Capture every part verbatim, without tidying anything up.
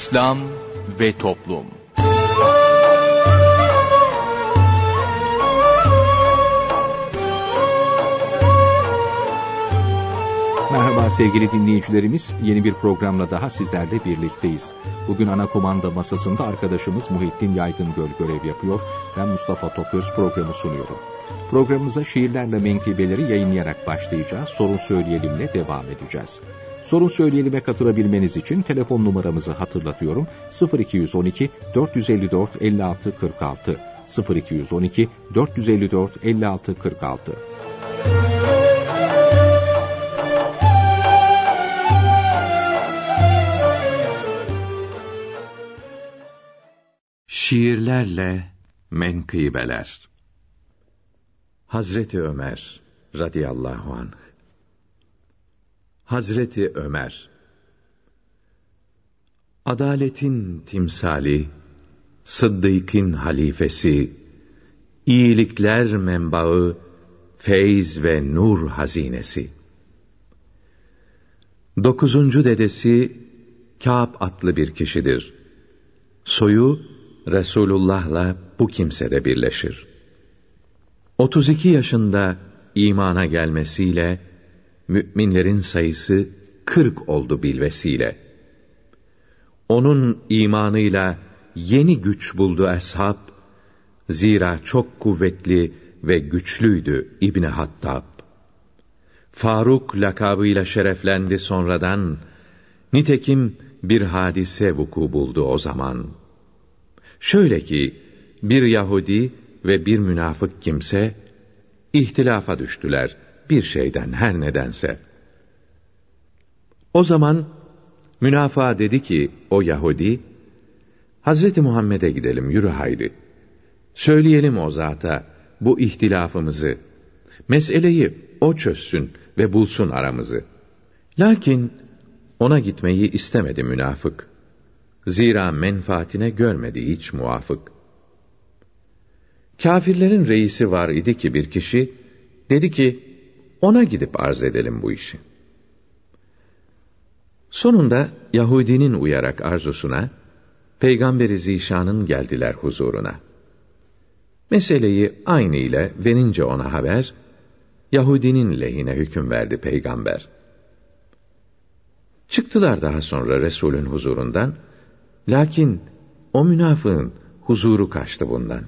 İslam ve Toplum. Merhaba sevgili dinleyicilerimiz, yeni bir programla daha sizlerle birlikteyiz. Bugün ana kumanda masasında arkadaşımız Muhittin Yaygıngöl görev yapıyor. Ben Mustafa Toköz programı sunuyorum. Programımıza şiirlerle menkıbeleri yayınlayarak başlayacağız. Sorun Söyleyelim'le devam edeceğiz. Sorun Söyleyelim'e katılabilmeniz için telefon numaramızı hatırlatıyorum. sıfır iki on iki dört yüz elli dört elli altı kırk altı sıfır iki on iki dört yüz elli dört elli altı kırk altı. Şiirlerle menkıbeler. Hazreti Ömer radıyallahu anh. Hazreti Ömer, adaletin timsali, sıddıkın halifesi, iyilikler menbaı, feyz ve nur hazinesi. Dokuzuncu dedesi Kâb adlı bir kişidir. Soyu Resulullah'la bu kimsede birleşir. otuz iki yaşında imana gelmesiyle müminlerin sayısı kırk oldu bilvesiyle. Onun imanıyla yeni güç buldu eshab, zira çok kuvvetli ve güçlüydü İbni Hattab. Faruk lakabıyla şereflendi sonradan, nitekim bir hadise vuku buldu o zaman. Şöyle ki, bir Yahudi ve bir münafık kimse, ihtilafa düştüler bir şeyden her nedense. O zaman, münafığa dedi ki o Yahudi, Hazreti Muhammed'e gidelim yürü haydi. Söyleyelim o zata bu ihtilafımızı, meseleyi o çözsün ve bulsun aramızı. Lakin ona gitmeyi istemedi münafık. Zira menfaatine görmedi hiç muvafık. Kâfirlerin reisi var idi ki bir kişi, dedi ki, ona gidip arz edelim bu işi. Sonunda Yahudinin uyarak arzusuna, Peygamber-i Zişan'ın geldiler huzuruna. Meseleyi aynı ile verince ona haber, Yahudinin lehine hüküm verdi Peygamber. Çıktılar daha sonra Resul'ün huzurundan, lakin o münafığın huzuru kaçtı bundan.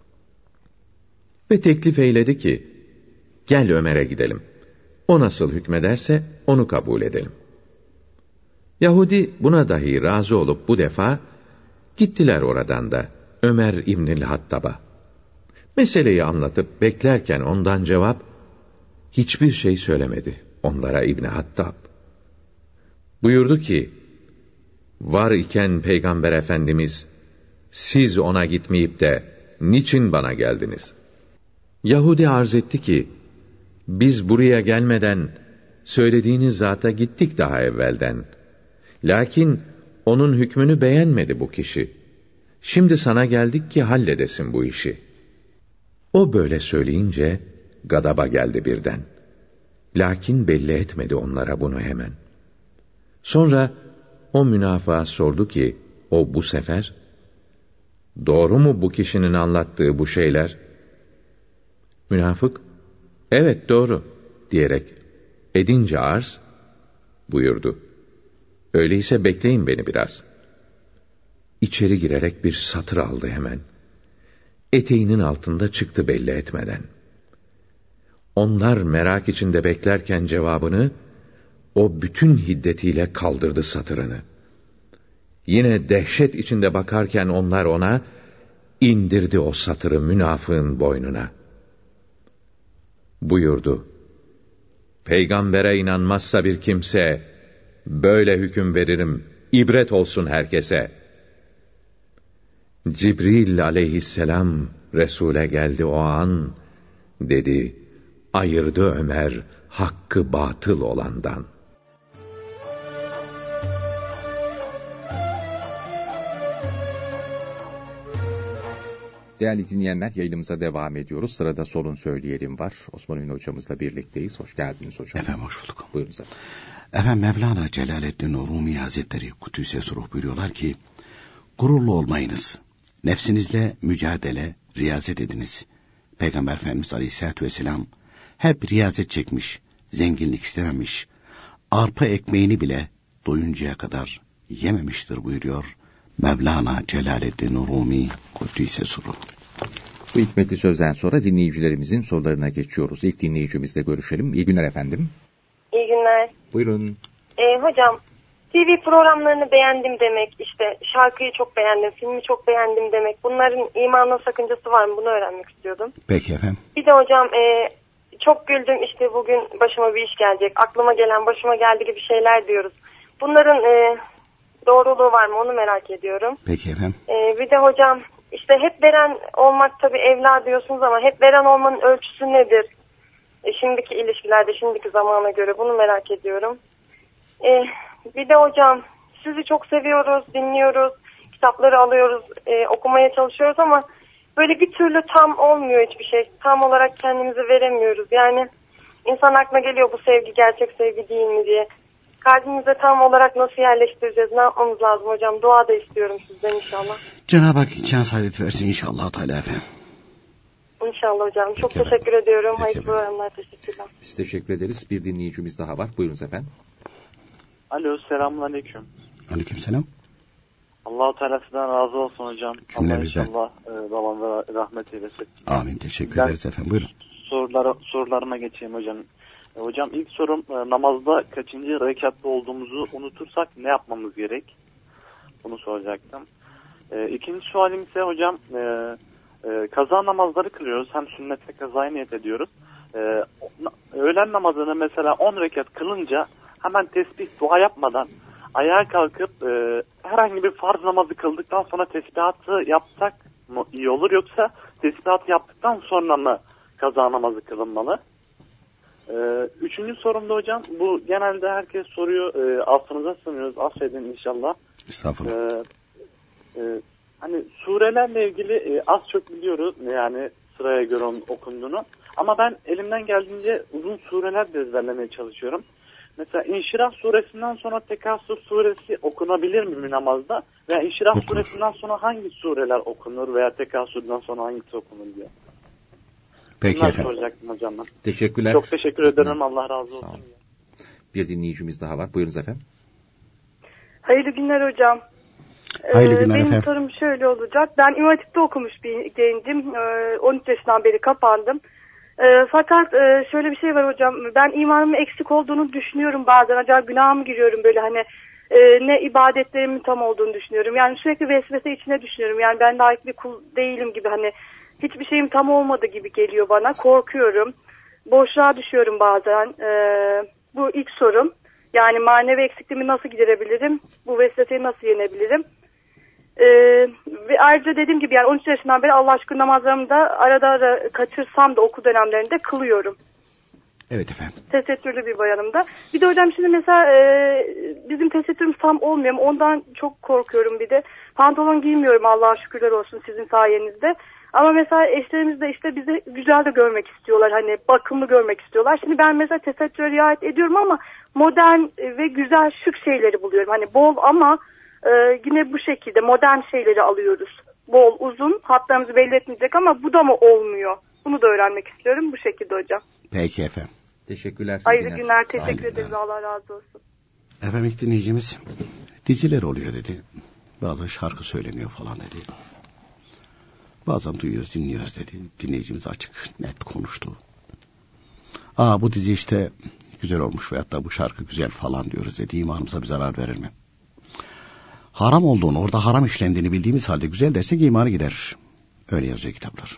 Ve teklif eyledi ki, gel Ömer'e gidelim. O nasıl hükmederse onu kabul edelim. Yahudi buna dahi razı olup bu defa, gittiler oradan da Ömer İbnül Hattab'a. Meseleyi anlatıp beklerken ondan cevap, hiçbir şey söylemedi onlara İbni Hattab. Buyurdu ki, var iken Peygamber Efendimiz, siz ona gitmeyip de niçin bana geldiniz? Yahudi arz etti ki, biz buraya gelmeden söylediğiniz zata gittik daha evvelden. Lakin onun hükmünü beğenmedi bu kişi. Şimdi sana geldik ki halledesin bu işi. O böyle söyleyince gadaba geldi birden. Lakin belli etmedi onlara bunu hemen. Sonra o münafığa sordu ki, o bu sefer, doğru mu bu kişinin anlattığı bu şeyler? Münafık, evet doğru diyerek, edince arz, buyurdu. Öyleyse bekleyin beni biraz. İçeri girerek bir satır aldı hemen. Eteğinin altında çıktı belli etmeden. Onlar merak içinde beklerken cevabını, o bütün hiddetiyle kaldırdı satırını. Yine dehşet içinde bakarken onlar ona, indirdi o satırı münafığın boynuna. Buyurdu, Peygamber'e inanmazsa bir kimse, böyle hüküm veririm, ibret olsun herkese. Cibril aleyhisselam Resul'e geldi o an, dedi, ayırdı Ömer hakkı batıl olandan. Değerli dinleyenler, yayınımıza devam ediyoruz. Sırada Sorun Söyleyelim var. Osman Ünlü hocamızla birlikteyiz. Hoş geldiniz hocam. Efendim hoş bulduk. Buyurunuz efendim. Efendim Mevlana Celaleddin Rumi Hazretleri Kudüs'e ruh buyuruyorlar ki, gururlu olmayınız. Nefsinizle mücadele, riyazet ediniz. Peygamber Efendimiz Aleyhisselatü Vesselam hep riyazet çekmiş, zenginlik istememiş, arpa ekmeğini bile doyuncaya kadar yememiştir buyuruyor Mevlana Celaleddin Rumi Kudüs'e ruh. Bu hikmetli sözden sonra dinleyicilerimizin sorularına geçiyoruz. İlk dinleyicimizle görüşelim. İyi günler efendim. İyi günler. Buyurun. Ee, hocam, T V programlarını beğendim demek, işte şarkıyı çok beğendim, filmi çok beğendim demek. Bunların imanın sakıncası var mı? Bunu öğrenmek istiyordum. Peki efendim. Bir de hocam, e, çok güldüm, işte bugün başıma bir iş gelecek, aklıma gelen başıma geldi gibi şeyler diyoruz. Bunların e, doğruluğu var mı? Onu merak ediyorum. Peki efendim. E, bir de hocam, işte hep veren olmak tabii evla diyorsunuz ama hep veren olmanın ölçüsü nedir? E, şimdiki ilişkilerde, şimdiki zamana göre bunu merak ediyorum. E, bir de hocam, sizi çok seviyoruz, dinliyoruz, kitapları alıyoruz, e, okumaya çalışıyoruz ama böyle bir türlü tam olmuyor hiçbir şey. Tam olarak kendimizi veremiyoruz. Yani insan aklına geliyor, bu sevgi gerçek sevgi değil mi diye. Kalbimize tam olarak nasıl yerleştireceğiz, ne yapmamız lazım hocam? Dua da istiyorum sizden inşallah. Cenab-ı Hak içine saadet versin inşallah Teala efendim. İnşallah hocam. Çok Peki teşekkür efendim. ediyorum. Peki Hayırlı efendim. programlar, teşekkürler. Biz teşekkür ederiz. Bir dinleyicimiz daha var. Buyurunuz efendim. Alo, selamünaleyküm. Aleykümselam. Allah-u Teala sizden razı olsun hocam. Cümlemizden. Allah inşallah e, babamda rahmet eylesin. Amin, teşekkür Ben- ederiz efendim. Buyurun. Sorulara, sorularıma geçeyim hocam. E, hocam ilk sorum, e, namazda kaçıncı rekatta olduğumuzu unutursak ne yapmamız gerek? Bunu soracaktım. E, ikinci sualim ise hocam, e, e, kaza namazları kılıyoruz. Hem sünnet ve kazaya niyet ediyoruz. E, na- öğlen namazını mesela on rekat kılınca hemen tesbih dua yapmadan ayağa kalkıp e, herhangi bir farz namazı kıldıktan sonra tesbihatı yapsak mı iyi olur, yoksa tesbihatı yaptıktan sonra mı kaza namazı kılınmalı? E, üçüncü sorumda hocam, bu genelde herkes soruyor, e, affınıza sığınıyoruz, affedin inşallah. Estağfurullah. E, e, hani surelerle ilgili e, az çok biliyoruz yani sıraya göre onun okunduğunu, ama ben elimden geldiğince uzun sureler de ezberlemeye çalışıyorum. Mesela İnşirah suresinden sonra Tekasür suresi okunabilir mi namazda? Veya İnşirah Okunur. suresinden sonra hangi sureler okunur veya Tekasür'den sonra hangisi okunur diye. Peki Bunlar efendim. soracaktım hocam ben. Teşekkürler. Çok teşekkür ederim. Allah razı Sağ olsun. olun. Bir dinleyicimiz daha var. Buyurunuz efendim. Hayırlı günler hocam. Hayırlı Ee, günler benim efendim. sorum şöyle olacak. Ben İmam Hatip'te okumuş bir gencim. Ee, on üç yaşından beri kapandım. Ee, fakat e, şöyle bir şey var hocam. Ben imanımın eksik olduğunu düşünüyorum bazen. Acaba günaha mı giriyorum böyle hani e, ne ibadetlerimin tam olduğunu düşünüyorum. Yani sürekli vesvese içine düşünüyorum. Yani ben layık bir kul değilim gibi, hani hiçbir şeyim tam olmadı gibi geliyor bana. Korkuyorum. Boşluğa düşüyorum bazen. Ee, bu ilk sorum. Yani manevi eksikliğimi nasıl giderebilirim? Bu vesveseyi nasıl yenebilirim? Ee, ve ayrıca dediğim gibi yani on üç yaşından beri Allah aşkına namazlarımı da arada ara kaçırsam da okul dönemlerinde kılıyorum. Evet efendim. Tesettürlü bir bayanım da. Bir de hocam şimdi mesela e, bizim tesettürümüz tam olmuyor. Ondan çok korkuyorum bir de. Pantolon giymiyorum Allah'a şükürler olsun sizin sayenizde. Ama mesela eşlerimiz de işte bizi güzel de görmek istiyorlar. Hani bakımlı görmek istiyorlar. Şimdi ben mesela tesettüre riayet ediyorum ama modern ve güzel şık şeyleri buluyorum. Hani bol ama e, yine bu şekilde modern şeyleri alıyoruz. Bol, uzun, hatlarımızı belli etmeyecek ama bu da mı olmuyor? Bunu da öğrenmek istiyorum bu şekilde hocam. Peki efendim. Teşekkürler. iyi Hayırlı günler. günler, teşekkür Hayırlı ederiz. günler. Allah razı olsun. Efendim ilk dinleyicimiz diziler oluyor dedi. Bazen şarkı söyleniyor falan dedi. Bazen duyuyoruz, dinliyoruz dedi. Dinleyicimiz açık, net konuştu. Aa bu dizi işte güzel olmuş veyahut da bu şarkı güzel falan diyoruz dedi. İmanımıza bir zarar verir mi? Haram olduğunu, orada haram işlendiğini bildiğimiz halde güzel dersek imanı gider. Öyle yazıyor kitaplar.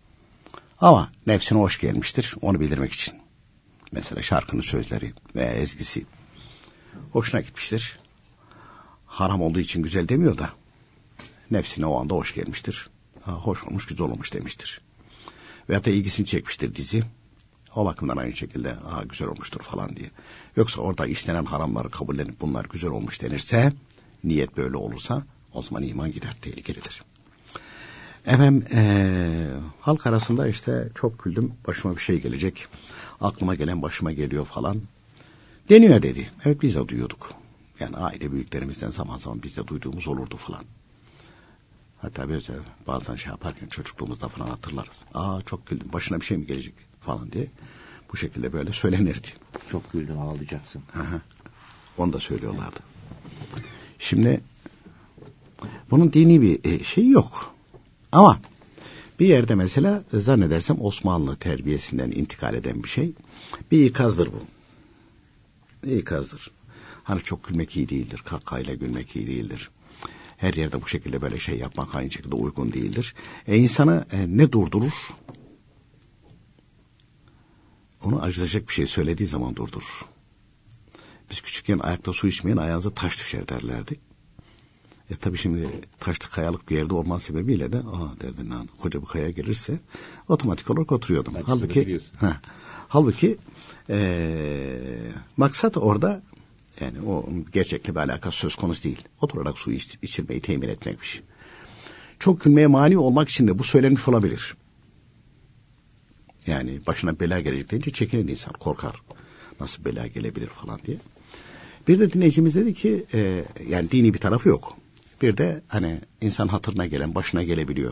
Ama nefsine hoş gelmiştir, onu bildirmek için. Mesela şarkının sözleri veya ezgisi hoşuna gitmiştir. Haram olduğu için güzel demiyor da nefsine o anda hoş gelmiştir. Ha, hoş olmuş, güzel olmuş demiştir. Veyahut da ilgisini çekmiştir dizi. O bakımdan aynı şekilde ha, güzel olmuştur falan diye. Yoksa orada işlenen haramları kabullenip bunlar güzel olmuş denirse, niyet böyle olursa o zaman iman gider, tehlikelidir. Efendim ee, halk arasında işte çok güldüm, başıma bir şey gelecek. Aklıma gelen başıma geliyor falan. Deniyor dedi. Evet biz de duyuyorduk. Yani aile büyüklerimizden zaman zaman biz de duyduğumuz olurdu falan. Hatta böyle bazen şey yaparken çocukluğumuzda falan hatırlarız. Aa çok güldüm, başına bir şey mi gelecek falan diye. Bu şekilde böyle söylenirdi. Çok güldün, ağlayacaksın. Aha. Onu da söylüyorlardı. Şimdi bunun dini bir şey yok. Ama bir yerde mesela zannedersem Osmanlı terbiyesinden intikal eden bir şey. Bir ikazdır bu. Bir ikazdır. Hani çok gülmek iyi değildir. Kakayla gülmek iyi değildir. Her yerde bu şekilde böyle şey yapmak aynı şekilde uygun değildir. E insanı e, ne durdurur? Onu acıtacak bir şey söylediği zaman durdurur. Biz küçükken ayakta su içmeyen ayağınıza taş düşer derlerdi. E tabii şimdi taşlı kayalık bir yerde olman sebebiyle de aa derdin lan koca bir kaya gelirse otomatik olarak oturuyordum. Acısını halbuki ha, halbuki ee, maksat orada yani o gerçekle bir alakası söz konusu değil. Oturarak su iç, içirmeyi temin etmekmiş. Çok gülmeye mani olmak için de bu söylenmiş olabilir. Yani başına bela gelecek deyince çekinen insan korkar. Nasıl bela gelebilir falan diye. Bir de dinleyicimiz dedi ki e, yani dini bir tarafı yok. Bir de hani insan hatırına gelen başına gelebiliyor.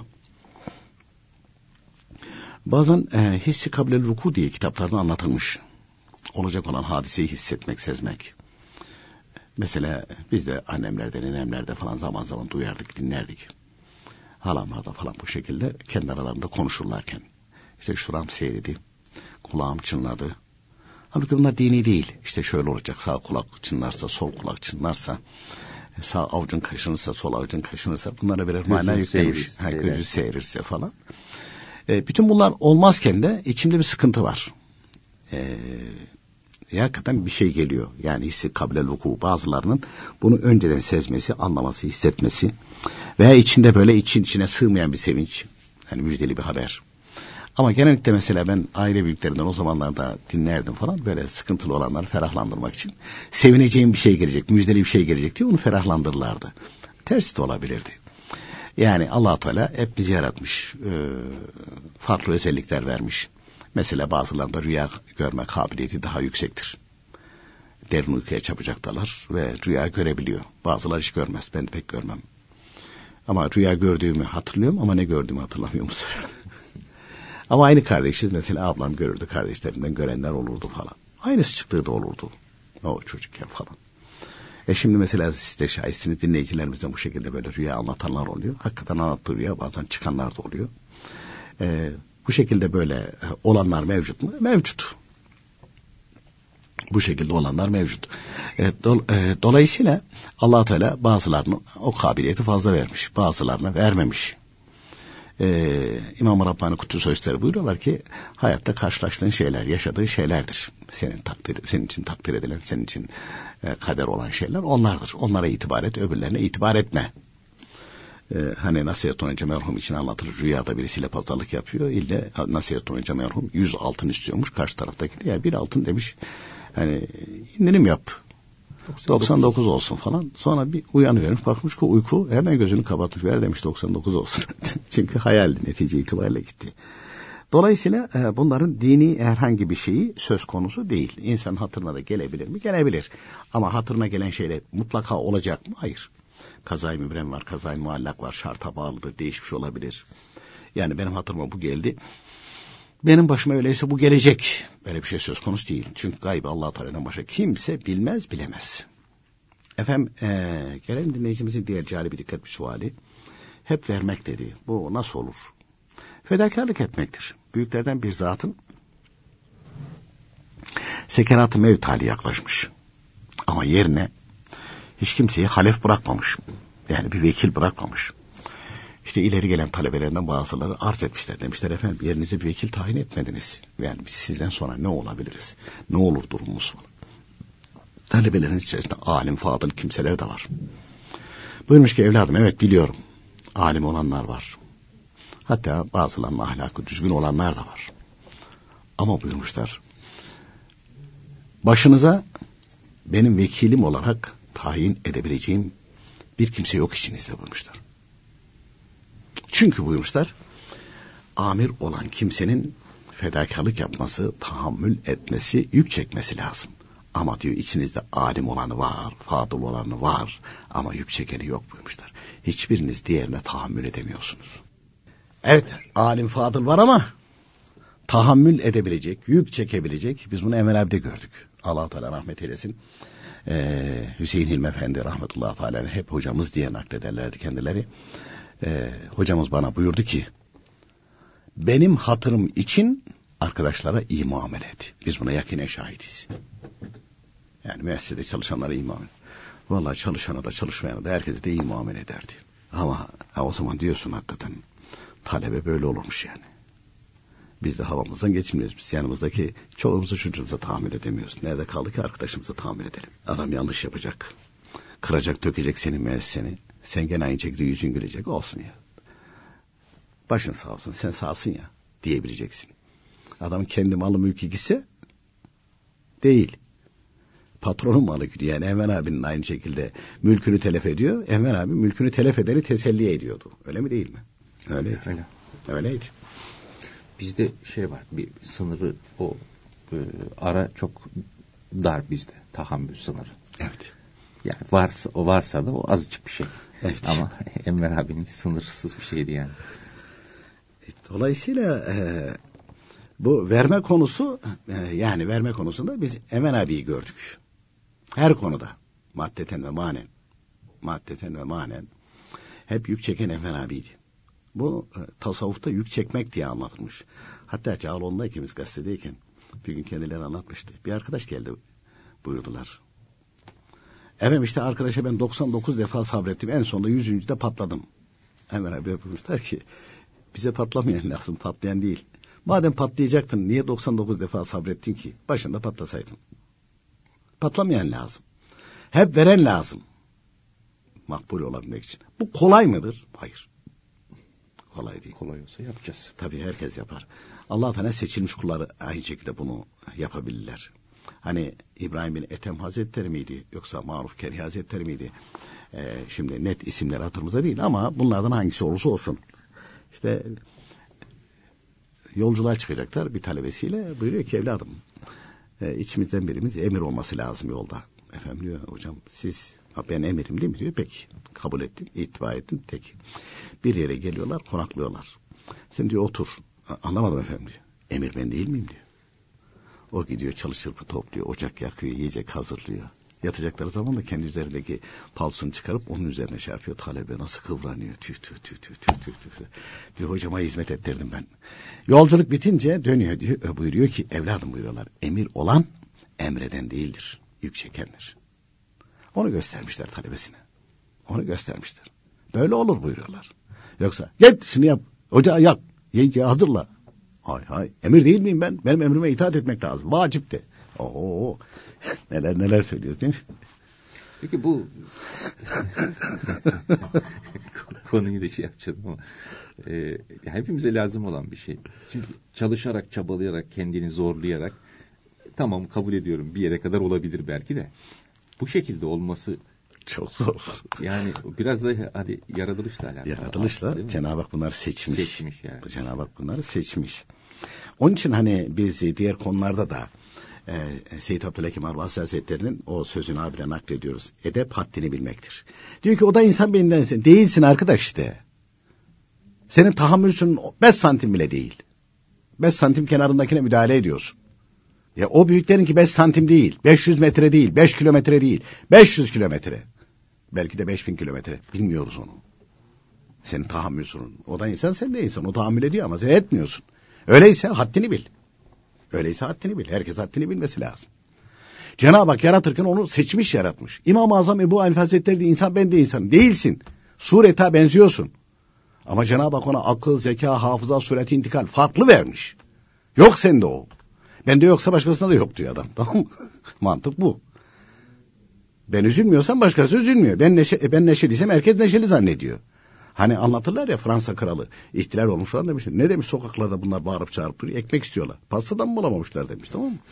Bazen e, hissi kablel vuku diye kitaplarda anlatılmış. Olacak olan hadiseyi hissetmek, sezmek. Mesela biz de annemlerde, nenemlerde falan zaman zaman duyardık, dinlerdik. Halamlarda falan bu şekilde kendi aralarında konuşurlarken. İşte şuram seyredi, kulağım çınladı. Halbuki bunlar dini değil. İşte şöyle olacak, sağ kulak çınlarsa, sol kulak çınlarsa, sağ avucun kaşınırsa, sol avucun kaşınırsa bunlara birer mana yüklemiş. Ha, gözü seyrirse falan. E, bütün bunlar olmazken de içimde bir sıkıntı var. E, hakikaten bir şey geliyor. Yani hissi kablel vuku bazılarının bunu önceden sezmesi, anlaması, hissetmesi veya içinde böyle için içine sığmayan bir sevinç. Yani müjdeli bir haber. Ama genellikle mesela ben aile büyüklerinden o zamanlarda dinlerdim falan böyle sıkıntılı olanları ferahlandırmak için. Sevineceğim bir şey gelecek, müjdeli bir şey gelecek diye onu ferahlandırırlardı. Tersi de olabilirdi. Yani Allah-u Teala hep bizi yaratmış, e, farklı özellikler vermiş. Mesela bazılarında rüya görme kabiliyeti daha yüksektir. Derin uykuya çabucaktalar ve rüya görebiliyor. Bazıları hiç görmez, ben de pek görmem. Ama rüya gördüğümü hatırlıyorum ama ne gördüğümü hatırlamıyorum bu sefer. Ama aynı kardeşiz mesela ablam görürdü, kardeşlerimden görenler olurdu falan. Aynısı çıktığı da olurdu o çocukken falan. E şimdi mesela siz de şahitsiniz, dinleyicilerimizden bu şekilde böyle rüya anlatanlar oluyor. Hakikaten anlattığı rüya bazen çıkanlar da oluyor. E, bu şekilde böyle olanlar mevcut mu? Mevcut. Bu şekilde olanlar mevcut. E, do, e, dolayısıyla Allah-u Teala bazılarına o kabiliyeti fazla vermiş, bazılarına vermemiş. Ee, İmam-ı Rabbani Kuddüs Sözleri buyuruyorlar ki hayatta karşılaştığın şeyler, yaşadığın şeylerdir. Senin takdir, senin için takdir edilen, senin için e, kader olan şeyler onlardır. Onlara itibar et, öbürlerine itibar etme. Ee, hani Nasihatun Hoca merhum için anlatılır. Rüyada birisiyle pazarlık yapıyor. İlle Nasihatun Hoca merhum yüz altın istiyormuş. Karşı taraftaki de ya bir altın demiş. Hani indirim yap. doksan dokuz olsun falan. Sonra bir uyanıvermiş, bakmış ki uyku, hemen gözünü kapatmış, ver demiş doksan dokuz olsun. Çünkü hayaldi, netice itibariyle gitti. Dolayısıyla e, bunların dini herhangi bir şeyi söz konusu değil. İnsanın hatırına da gelebilir mi? Gelebilir. Ama hatırına gelen şeyler mutlaka olacak mı? Hayır. Kazay-ı mübrem var, kazay-ı muallak var, şarta bağlıdır, değişmiş olabilir. Yani benim hatırıma bu geldi. Benim başıma öyleyse bu gelecek. Böyle bir şey söz konusu değil. Çünkü gaybı Allah-u Teala'dan başka kimse bilmez, bilemez. Efendim, ee, gelen dinleyicimizin diğer cari bir dikkat bir suali. Hep vermek dedi. Bu nasıl olur? Fedakarlık etmektir. Büyüklerden bir zatın sekerat-ı mevt hali yaklaşmış. Ama yerine hiç kimseye halef bırakmamış. Yani bir vekil bırakmamış. İşte ileri gelen talebelerinden bazıları arz etmişler. Demişler efendim yerinize bir vekil tayin etmediniz. Yani biz sizden sonra ne olabiliriz? Ne olur durumumuz falan. Talebelerin içerisinde alim, fadıl kimseler de var. Buyurmuş ki evladım evet biliyorum. Alim olanlar var. Hatta bazılarının ahlakı düzgün olanlar da var. Ama buyurmuşlar. Başınıza benim vekilim olarak tayin edebileceğim bir kimse yok içinizde buyurmuşlar. Çünkü buyurmuşlar, amir olan kimsenin fedakarlık yapması, tahammül etmesi, yük çekmesi lazım. Ama diyor içinizde alim olanı var, fadıl olanı var ama yük çekeni yok buyurmuşlar. Hiçbiriniz diğerine tahammül edemiyorsunuz. Evet, alim fadıl var ama tahammül edebilecek, yük çekebilecek. Biz bunu Emel abi'de gördük. Allah-u Teala rahmet eylesin. Ee, Hüseyin Hilmi Efendi rahmetullahi teala hep hocamız diye naklederlerdi kendileri. Ee, hocamız bana buyurdu ki, benim hatırım için arkadaşlara iyi muamele et. Biz buna yakinen şahidiz. Yani müessesede çalışanlara iyi muamele. Vallahi çalışana da çalışmayana da herkese de iyi muamele ederdi. Ama ha, o zaman diyorsun hakikaten talebe böyle olurmuş yani. Biz de havamızdan geçinmiyoruz. Biz yanımızdaki çoluğumuzu çocuğumuza tahammül edemiyoruz. Nerede kaldı ki arkadaşımıza tahammül edelim. Adam yanlış yapacak. Kıracak, dökecek senin müesseseni. Sen gene aynı şekilde yüzün gülecek. Olsun ya. Başın sağ olsun, sen sağsın ya diyebileceksin. Adamın kendi malı mülkü gitse değil. Patronun malı gidiyor. Yani Enver abinin aynı şekilde mülkünü telef ediyor. Enver abi mülkünü telef edeni teselli ediyordu. Öyle mi değil mi? Öyleydi. Öyle. Öyleydi. Bizde şey var, bir sınırı, o e, ara çok dar bizde, tahammül sınırı. Evet. Yani varsa o varsa da o azıcık bir şey. Evet. Ama Enver abinin sınırsız bir şeydi yani. Dolayısıyla e, bu verme konusu e, yani verme konusunda biz Enver abiyi gördük. Her konuda maddeten ve manen maddeten ve manen hep yük çeken Enver abiydi. Bu e, tasavvufta yük çekmek diye anlatılmış. Hatta Cağaloğlu'nda ikimiz gazetedeyken bir gün kendileri anlatmıştı. Bir arkadaş geldi buyurdular. Efendim işte arkadaşa ben doksan dokuz defa sabrettim. En sonunda yüzüncüde patladım. Hemen abi yapmışlar ki bize patlamayan lazım, patlayan değil. Madem patlayacaktın niye doksan dokuz defa sabrettin ki? Başında patlasaydın. Patlamayan lazım. Hep veren lazım. Makbul olabilmek için. Bu kolay mıdır? Hayır. Kolay değil. Kolay olsa yapacağız. Tabii herkes yapar. Allah Teala seçilmiş kulları aynı şekilde bunu yapabilirler. Hani İbrahim bin Ethem Hazretleri miydi yoksa Maruf Kerhi Hazretleri miydi? Ee, şimdi net isimler hatırımıza değil ama bunlardan hangisi olursa olsun. İşte yolculuğa çıkacaklar bir talebesiyle, buyuruyor ki evladım e, içimizden birimiz emir olması lazım yolda. Efendim diyor hocam siz, ben emirim değil mi diyor. Peki kabul ettim, itibar ettim. Peki bir yere geliyorlar, konaklıyorlar. Sen diyor otur. Anlamadım efendim diyor. Emir ben değil miyim diyor. O gidiyor çalışır topluyor, ocak yakıyor, yiyecek hazırlıyor. Yatacakları zaman da kendi üzerindeki palsunu çıkarıp onun üzerine şey yapıyor. Talebe nasıl kıvranıyor. Tüh tüh tüh tüh tüh tüh tüh. Diyor hocama hizmet ettirdim ben. Yolculuk bitince dönüyor diyor. Buyuruyor ki evladım buyuruyorlar. Emir olan emreden değildir. Yük çekendir. Onu göstermişler talebesine. Onu göstermişler. Böyle olur buyuruyorlar. Yoksa git şunu yap. Ocağı yak. Yiyeceği hazırla. Hay hay. Emir değil miyim ben? Benim emrime itaat etmek lazım. Vacip de. Oo. Neler neler söylüyoruz değil mi? Peki bu konuyu da şey yapacağız ama e, hepimize lazım olan bir şey. Çünkü çalışarak, çabalayarak, kendini zorlayarak tamam kabul ediyorum bir yere kadar olabilir belki de bu şekilde olması çok zor. Yani biraz da hadi yaratılışla alakalı. Yaratılışla Cenab-ı Hak bunları seçmiş. Seçmiş yani. Cenab-ı Hak bunları seçmiş. Onun için hani biz diğer konularda da e, Seyyid Abdülhakim Arvasi Hazretleri'nin o sözünü abire naklediyoruz. Edep haddini bilmektir. Diyor ki o da insan beynindensin. Değilsin arkadaş işte. Senin tahammülsün beş santim bile değil. Beş santim kenarındakine müdahale ediyorsun. Ya o büyüklerinki beş santim değil. Beş yüz metre değil. Beş kilometre değil. Beş yüz kilometre. Belki de beş bin kilometre. Bilmiyoruz onu. Senin tahammülsün. O da insan, sen de insan. O tahammül ediyor ama sen etmiyorsun. Öyleyse haddini bil. Öyleyse haddini bil. Herkes haddini bilmesi lazım. Cenab-ı Hak yaratırken onu seçmiş yaratmış. İmam-ı Azam Ebu Hanife Hazretleri de insan, ben de insan. Değilsin. Sureta benziyorsun. Ama Cenab-ı Hak ona akıl, zeka, hafıza, sureti, intikal farklı vermiş. Yok sende o. Bende yoksa başkasında da yok diyor adam. Tamam mı? Mantık bu. Ben üzülmüyorsam başkası üzülmüyor. Ben, neşe, ben neşeliysem herkes neşeli zannediyor. Hani anlatırlar ya Fransa kralı ihtilal olmuş falan demişler. Ne demiş sokaklarda bunlar bağırıp çağırıp duruyor. Ekmek istiyorlar. Pastadan mı bulamamışlar demiş, tamam mı?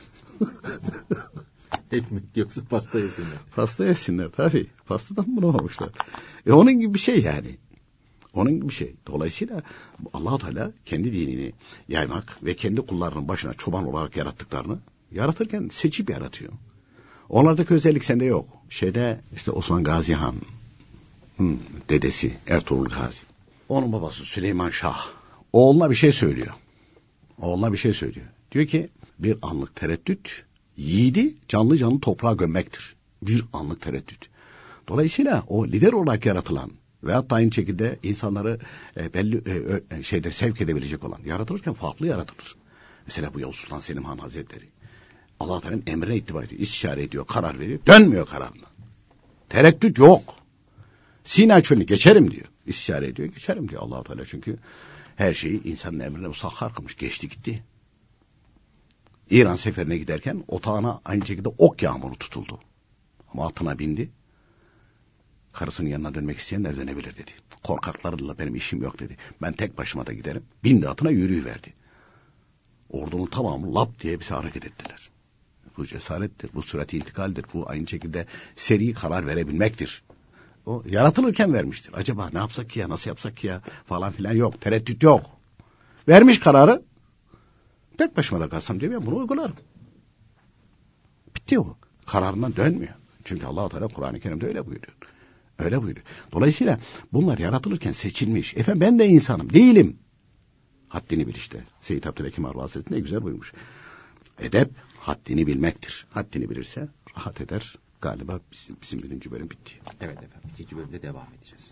Ekmek yoksa pasta yesinler. Pasta yesinler tabii. Pastadan mı bulamamışlar? E onun gibi bir şey yani. Onun gibi bir şey. Dolayısıyla Allah-u Teala kendi dinini yaymak ve kendi kullarının başına çoban olarak yarattıklarını yaratırken seçip yaratıyor. Onlardaki özellik sende yok. Şeyde işte Osman Gazi Han, hmm, dedesi Ertuğrul Gazi. Onun babası Süleyman Şah. Oğluna bir şey söylüyor. Oğluna bir şey söylüyor. Diyor ki bir anlık tereddüt yiğidi canlı canlı toprağa gömmektir. Bir anlık tereddüt. Dolayısıyla o lider olarak yaratılan veyahut da aynı şekilde insanları e, belli e, e, şeyde sevk edebilecek olan yaratılırken farklı yaratılır. Mesela bu Yavuz Sultan Selim Han Hazretleri Allah Teala'nın emrine ittiba ediyor, istişare ediyor, karar veriyor, dönmüyor kararına. Tereddüt yok. Sina çölünü geçerim diyor. İstişare ediyor, geçerim diyor Allah Teala, çünkü her şeyi insanın emrine musakhar kılmış, geçti gitti. İran seferine giderken otağına aynı şekilde ok yağmuru tutuldu. Ama atına bindi. Karısının yanına dönmek isteyenler dönebilir dedi. Korkaklarla benim işim yok dedi. Ben tek başıma da giderim. Bindi atına, yürüyüverdi. Ordunun tamamı lap diye bize hareket ettiler. Bu cesarettir, bu sürati intikaldir, bu aynı şekilde seri karar verebilmektir. O yaratılırken vermiştir. Acaba ne yapsak ki ya, nasıl yapsak ki ya falan filan yok. Tereddüt yok. Vermiş kararı. Tek başıma da kalsam diye ben bunu uygularım. Bitti o. Kararından dönmüyor. Çünkü Allah-u Teala Kur'an-ı Kerim'de öyle buyuruyor. Öyle buyuruyor. Dolayısıyla bunlar yaratılırken seçilmiş. Efendim ben de insanım. Değilim. Haddini bil işte. Seyyid Abdülhakim Arva Hazretleri ne güzel buyurmuş. Edep haddini bilmektir. Haddini bilirse rahat eder. Galiba bizim, bizim birinci bölüm bitti. Evet efendim. İkinci bölümde devam edeceğiz.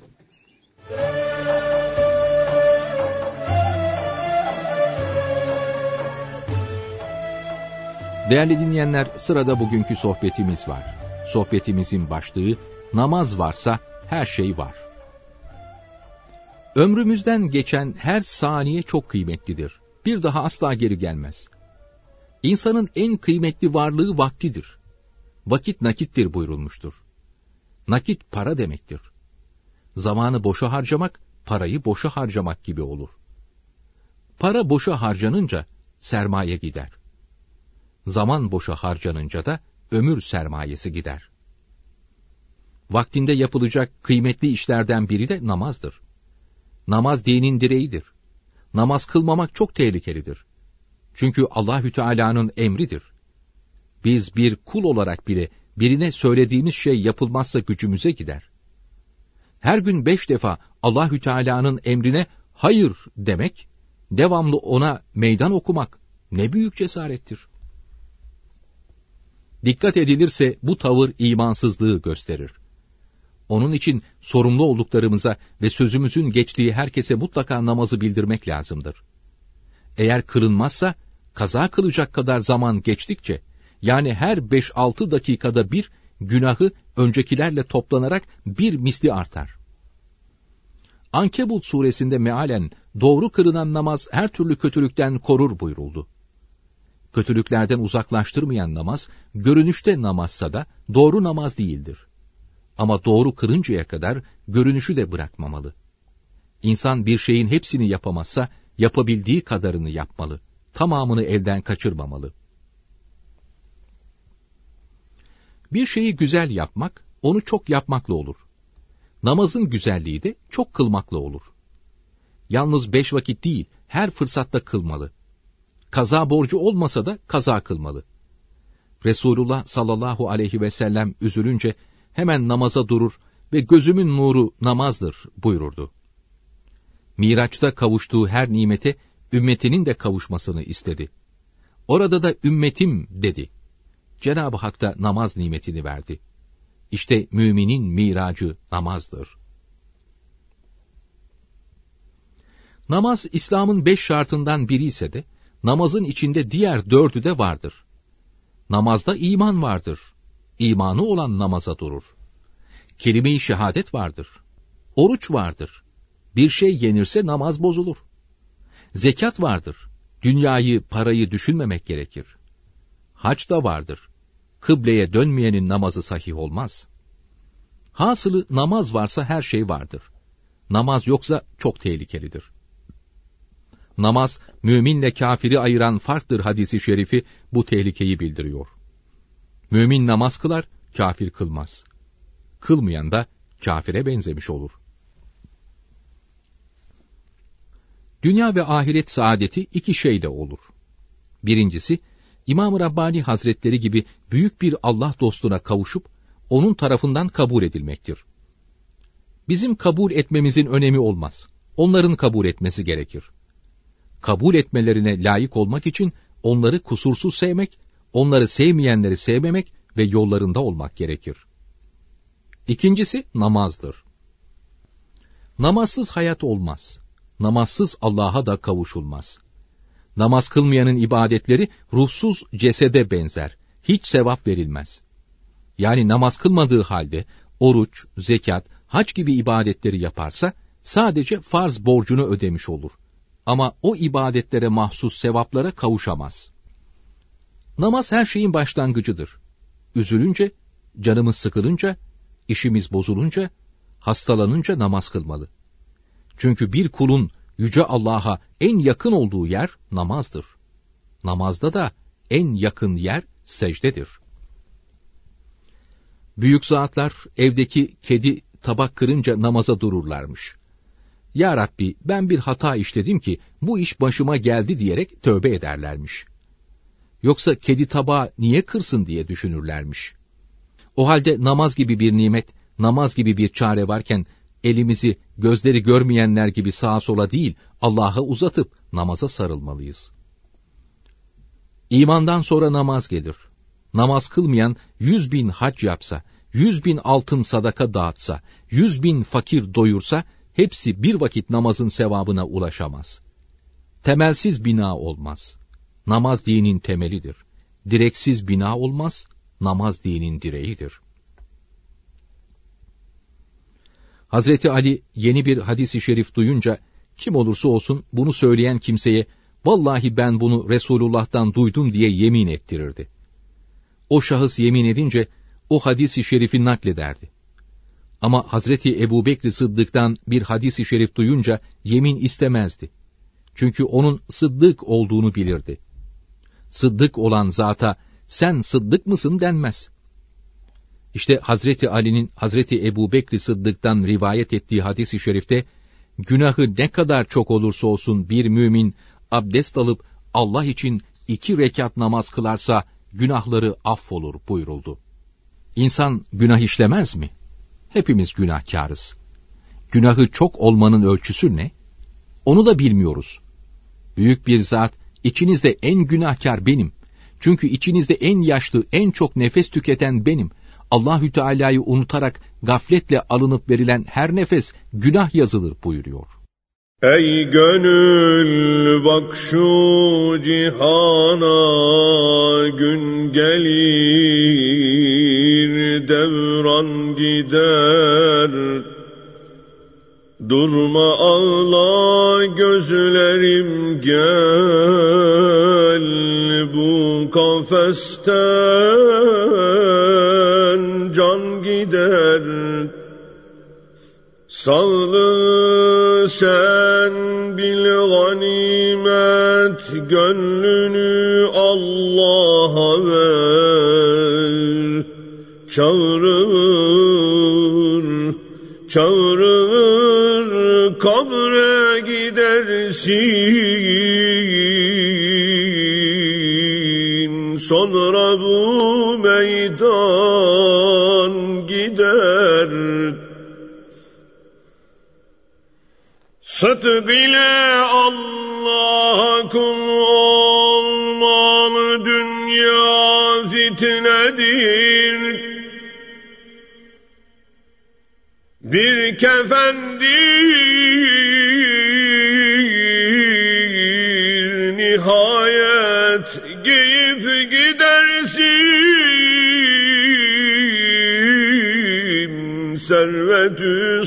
Değerli dinleyenler, sırada bugünkü sohbetimiz var. Sohbetimizin başlığı, namaz varsa her şey var. Ömrümüzden geçen her saniye çok kıymetlidir. Bir daha asla geri gelmez. İnsanın en kıymetli varlığı vaktidir. Vakit nakittir buyurulmuştur. Nakit para demektir. Zamanı boşa harcamak, parayı boşa harcamak gibi olur. Para boşa harcanınca sermaye gider. Zaman boşa harcanınca da ömür sermayesi gider. Vaktinde yapılacak kıymetli işlerden biri de namazdır. Namaz dinin direğidir. Namaz kılmamak çok tehlikelidir. Çünkü Allahü Teala'nın emridir. Biz bir kul olarak bile birine söylediğimiz şey yapılmazsa gücümüze gider. Her gün beş defa Allahü Teala'nın emrine hayır demek, devamlı ona meydan okumak ne büyük cesarettir. Dikkat edilirse bu tavır imansızlığı gösterir. Onun için sorumlu olduklarımıza ve sözümüzün geçtiği herkese mutlaka namazı bildirmek lazımdır. Eğer kılınmazsa, kaza kılacak kadar zaman geçtikçe, yani her beş altı dakikada bir günahı öncekilerle toplanarak bir misli artar. Ankebut suresinde mealen doğru kılınan namaz her türlü kötülükten korur buyuruldu. Kötülüklerden uzaklaştırmayan namaz, görünüşte namazsa da doğru namaz değildir. Ama doğru kılıncaya kadar görünüşü de bırakmamalı. İnsan bir şeyin hepsini yapamazsa, yapabildiği kadarını yapmalı. Tamamını elden kaçırmamalı. Bir şeyi güzel yapmak, onu çok yapmakla olur. Namazın güzelliği de çok kılmakla olur. Yalnız beş vakit değil, her fırsatta kılmalı. Kaza borcu olmasa da kaza kılmalı. Resulullah sallallahu aleyhi ve sellem üzülünce hemen namaza durur ve gözümün nuru namazdır buyururdu. Miraç'ta kavuştuğu her nimete ümmetinin de kavuşmasını istedi. Orada da ümmetim dedi. Cenab-ı Hak da namaz nimetini verdi. İşte müminin miracı namazdır. Namaz İslam'ın beş şartından biri ise de namazın içinde diğer dördü de vardır. Namazda iman vardır. İmanı olan namaza durur. Kelime-i şehadet vardır. Oruç vardır. Bir şey yenirse namaz bozulur. Zekat vardır. Dünyayı, parayı düşünmemek gerekir. Hac da vardır. Kıbleye dönmeyenin namazı sahih olmaz. Hasılı namaz varsa her şey vardır. Namaz yoksa çok tehlikelidir. Namaz, müminle kafiri ayıran farktır hadisi şerifi bu tehlikeyi bildiriyor. Mümin namaz kılar, kafir kılmaz. Kılmayan da kafire benzemiş olur. Dünya ve ahiret saadeti iki şeyle olur. Birincisi, İmam-ı Rabbani Hazretleri gibi büyük bir Allah dostuna kavuşup, onun tarafından kabul edilmektir. Bizim kabul etmemizin önemi olmaz. Onların kabul etmesi gerekir. Kabul etmelerine layık olmak için onları kusursuz sevmek, onları sevmeyenleri sevmemek ve yollarında olmak gerekir. İkincisi namazdır. Namazsız hayat olmaz. Namazsız Allah'a da kavuşulmaz. Namaz kılmayanın ibadetleri ruhsuz cesede benzer. Hiç sevap verilmez. Yani namaz kılmadığı halde oruç, zekat, hac gibi ibadetleri yaparsa sadece farz borcunu ödemiş olur. Ama o ibadetlere mahsus sevaplara kavuşamaz. Namaz her şeyin başlangıcıdır. Üzülünce, canımız sıkılınca, işimiz bozulunca, hastalanınca namaz kılmalı. Çünkü bir kulun Yüce Allah'a en yakın olduğu yer namazdır. Namazda da en yakın yer secdedir. Büyük zatlar evdeki kedi tabak kırınca namaza dururlarmış. Ya Rabbi, ben bir hata işledim ki bu iş başıma geldi diyerek tövbe ederlermiş. Yoksa kedi tabağı niye kırsın diye düşünürlermiş. O halde namaz gibi bir nimet, namaz gibi bir çare varken elimizi gözleri görmeyenler gibi sağa sola değil Allah'a uzatıp namaza sarılmalıyız. İmandan sonra namaz gelir. Namaz kılmayan yüz bin hac yapsa, yüz bin altın sadaka dağıtsa, yüz bin fakir doyursa, hepsi bir vakit namazın sevabına ulaşamaz. Temelsiz bina olmaz. Namaz dinin temelidir. Direksiz bina olmaz, namaz dinin direğidir. Hazreti Ali yeni bir hadis-i şerif duyunca, kim olursa olsun bunu söyleyen kimseye, vallahi ben bunu Resulullah'tan duydum diye yemin ettirirdi. O şahıs yemin edince, o hadis-i şerifi naklederdi. Ama Hazreti Ebubekr Sıddık'tan bir hadis-i şerif duyunca yemin istemezdi. Çünkü onun sıddık olduğunu bilirdi. Sıddık olan zata, sen sıddık mısın denmez. İşte Hazreti Ali'nin Hazreti Ebubekr Sıddık'tan rivayet ettiği hadis-i şerifte, günahı ne kadar çok olursa olsun bir mümin, abdest alıp Allah için iki rekat namaz kılarsa, günahları affolur buyuruldu. İnsan günah işlemez mi? Hepimiz günahkârız. Günahı çok olmanın ölçüsü ne? Onu da bilmiyoruz. Büyük bir zat, içinizde en günahkar benim. Çünkü içinizde en yaşlı, en çok nefes tüketen benim. Allahü Teala'yı unutarak gafletle alınıp verilen her nefes günah yazılır buyuruyor. Ey gönül bak şu cihana, gün gelir devran gider. Durma ağla gözlerim gel, bu kafesten can gider. Sağlığı sen bil ganimet, gönlünü Allah'a ver. Çağırır, çağırır, kabre gidersin. Sonra bu meydan gider. Sıdk ile Allah'a kul olmalı, dünya fitnedir. Bir kefendir, nihayet giyip gidersin. Servet-ü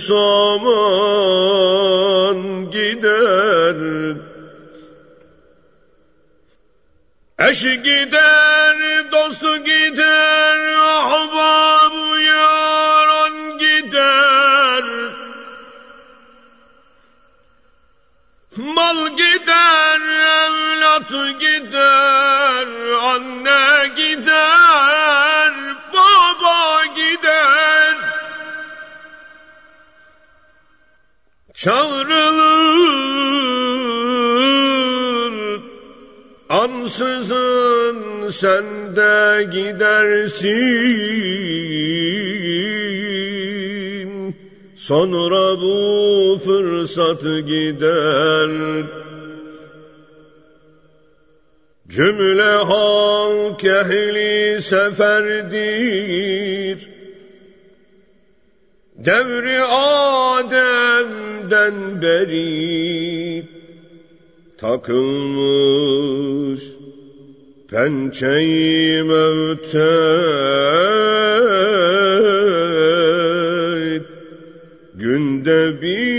saman gider. Eş gider, dost gider, ahbab yaran gider. Mal gider, evlat gider, anne gider, baba gider. Çağrılır ansızın sen de gidersin. Sonra bu fırsat gider. Cümle halk ehli seferdir. Devri Adem'den beri takılmış pençe-i mevte. Günde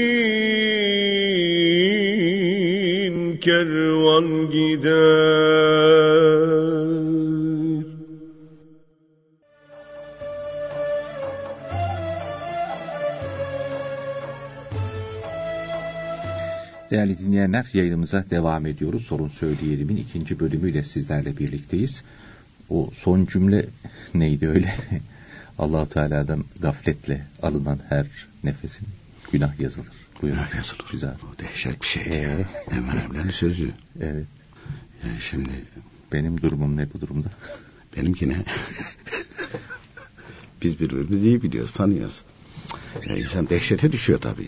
bin kervan gider. Değerli dinleyenler, yayınımıza devam ediyoruz. Sorun Söyleyelim'in ikinci bölümüyle sizlerle birlikteyiz. O son cümle neydi öyle? Allah-u Teala'dan gafletle alınan her nefesin günah yazılır. Buyurun. Günah yazılır. Güzel. O dehşet bir şey. Ee? Enver abilerin sözü. Evet. Yani şimdi benim durumum ne bu durumda? Benimki ne? Biz birbirimizi iyi biliyoruz, tanıyoruz. Yani insan dehşete düşüyor tabii.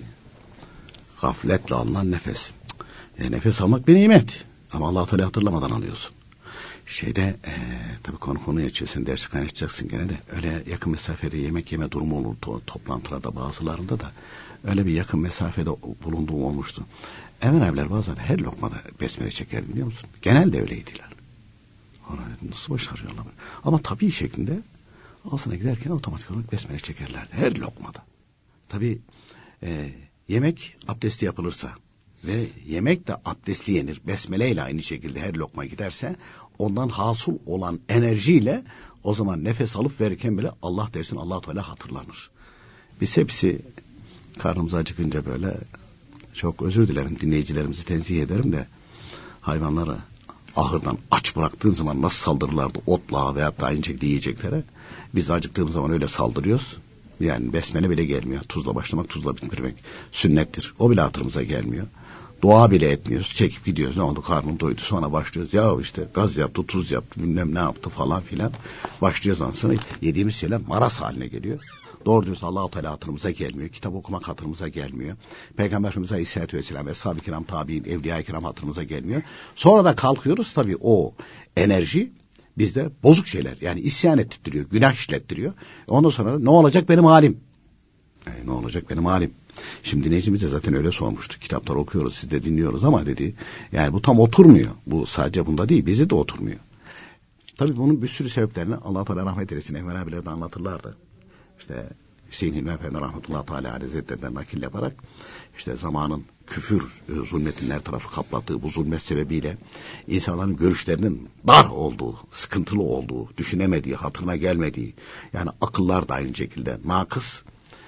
Gafletle alınan nefes. E, nefes almak bir nimet. Ama Allah-u Teala hatırlamadan alıyorsun. Şeyde e, tabii konu konuyu açıyorsun, dersi kaynaşacaksın gene de. Öyle yakın mesafede yemek yeme durumu olur to- toplantılarda bazılarında da. Öyle bir yakın mesafede bulunduğum olmuştu. Enver abiler bazen her lokmada besmele çeker, biliyor musun? Genelde öyleydiler. Ona dedim, nasıl başarıyorlar? Ama tabii şeklinde ağzına giderken otomatik olarak besmele çekerlerdi. Her lokmada. Tabii e, yemek abdesti yapılırsa ve yemek de abdestli yenir, besmele ile aynı şekilde her lokma giderse, ondan hasıl olan enerjiyle o zaman nefes alıp verirken bile Allah dersin, Allah-u Teala hatırlanır. Biz hepsi karnımız acıkınca böyle, çok özür dilerim, dinleyicilerimizi tenzih ederim de, hayvanları ahırdan aç bıraktığın zaman nasıl saldırırlardı otla veya da aynı şekilde yiyeceklere, biz acıktığımız zaman öyle saldırıyoruz. Yani besmele bile gelmiyor. Tuzla başlamak, tuzla bitirmek sünnettir. O bile hatırımıza gelmiyor. Dua bile etmiyoruz. Çekip gidiyoruz. Ne oldu? Karnım doydu. Sonra başlıyoruz. Ya işte gaz yaptı, tuz yaptı, bilmem ne yaptı falan filan. Başlıyoruz ondan sonra yediğimiz şeyler maraz haline geliyor. Doğru diyorsun, Allah-u Teala hatırımıza gelmiyor. Kitap okumak hatırımıza gelmiyor. Peygamber Efendimiz Aleyhisselatü Vesselam ve Ashab-ı Kiram, tabi'in, Evliya-i Kiram hatırımıza gelmiyor. Sonra da kalkıyoruz, tabii o enerji bizde bozuk şeyler, yani isyan ettiriyor, günah işlettiriyor. Ondan sonra da ne olacak benim halim? E, ne olacak benim halim? Şimdi dinleyicimiz de zaten öyle sormuştu. Kitapları okuyoruz, siz de dinliyoruz ama dedi, yani bu tam oturmuyor. Bu sadece bunda değil, bize de oturmuyor. Tabii bunun bir sürü sebeplerini Allah-u Teala rahmet eylesin, Enver abiler de anlatırlardı. İşte Hüseyin Hilmi Efendi rahmetullahi teala hazretlerinden nakil yaparak, işte zamanın küfür zulmetinin her tarafı kapladığı bu zulmet sebebiyle insanların görüşlerinin dar olduğu, sıkıntılı olduğu, düşünemediği, hatırına gelmediği, yani akıllar da aynı şekilde nakıs